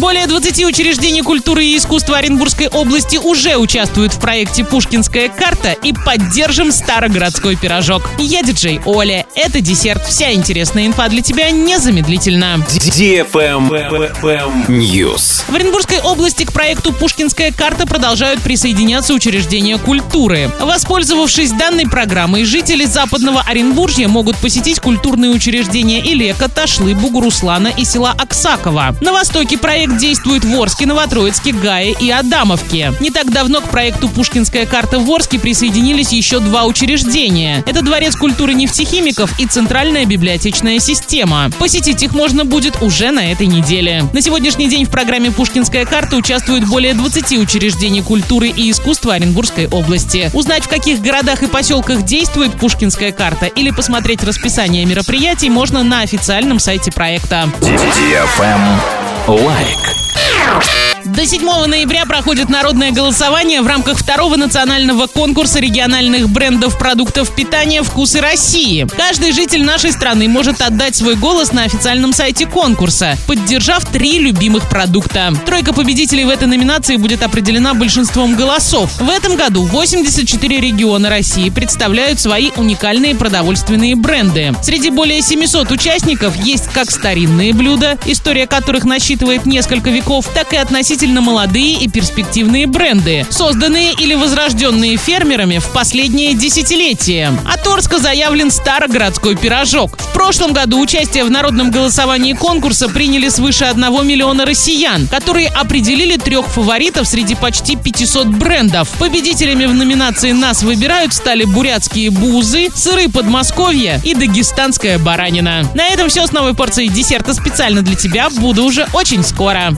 Более 20 учреждений культуры и искусства Оренбургской области уже участвуют в проекте «Пушкинская карта» и поддержим старогородской пирожок. Я диджей Оля. Это десерт. Вся интересная инфа для тебя незамедлительно. News. В Оренбургской области к проекту «Пушкинская карта» продолжают присоединяться учреждения культуры. Воспользовавшись данной программой, жители Западного Оренбуржья могут посетить культурные учреждения Илека, Ташлы, Бугуруслана и села Аксаково. На востоке проект действует в Орске, Новотроицке, Гае и Адамовке. Не так давно к проекту «Пушкинская карта» в Орске присоединились еще два учреждения. Это Дворец культуры нефтехимиков и Центральная библиотечная система. Посетить их можно будет уже на этой неделе. На сегодняшний день в программе «Пушкинская карта» участвуют более 20 учреждений культуры и искусства Оренбургской области. Узнать, в каких городах и поселках действует «Пушкинская карта» или посмотреть расписание мероприятий можно на официальном сайте проекта. Лайк. До 7 ноября проходит народное голосование в рамках второго национального конкурса региональных брендов продуктов питания «Вкусы России». Каждый житель нашей страны может отдать свой голос на официальном сайте конкурса, поддержав 3 любимых продукта. Тройка победителей в этой номинации будет определена большинством голосов. В этом году 84 региона России представляют свои уникальные продовольственные бренды. Среди более 700 участников есть как старинные блюда, история которых насчитывает несколько веков, так и относительно молодые и перспективные бренды, созданные или возрожденные фермерами в последние десятилетия. От Орска заявлен старогородской пирожок. В прошлом году участие в народном голосовании конкурса приняли свыше 1 миллиона россиян, которые определили 3 фаворитов среди почти 500 брендов. Победителями в номинации «Нас выбирают» стали бурятские бузы, сыры Подмосковья и дагестанская баранина. На этом все с новой порцией десерта специально для тебя. Буду уже очень скоро.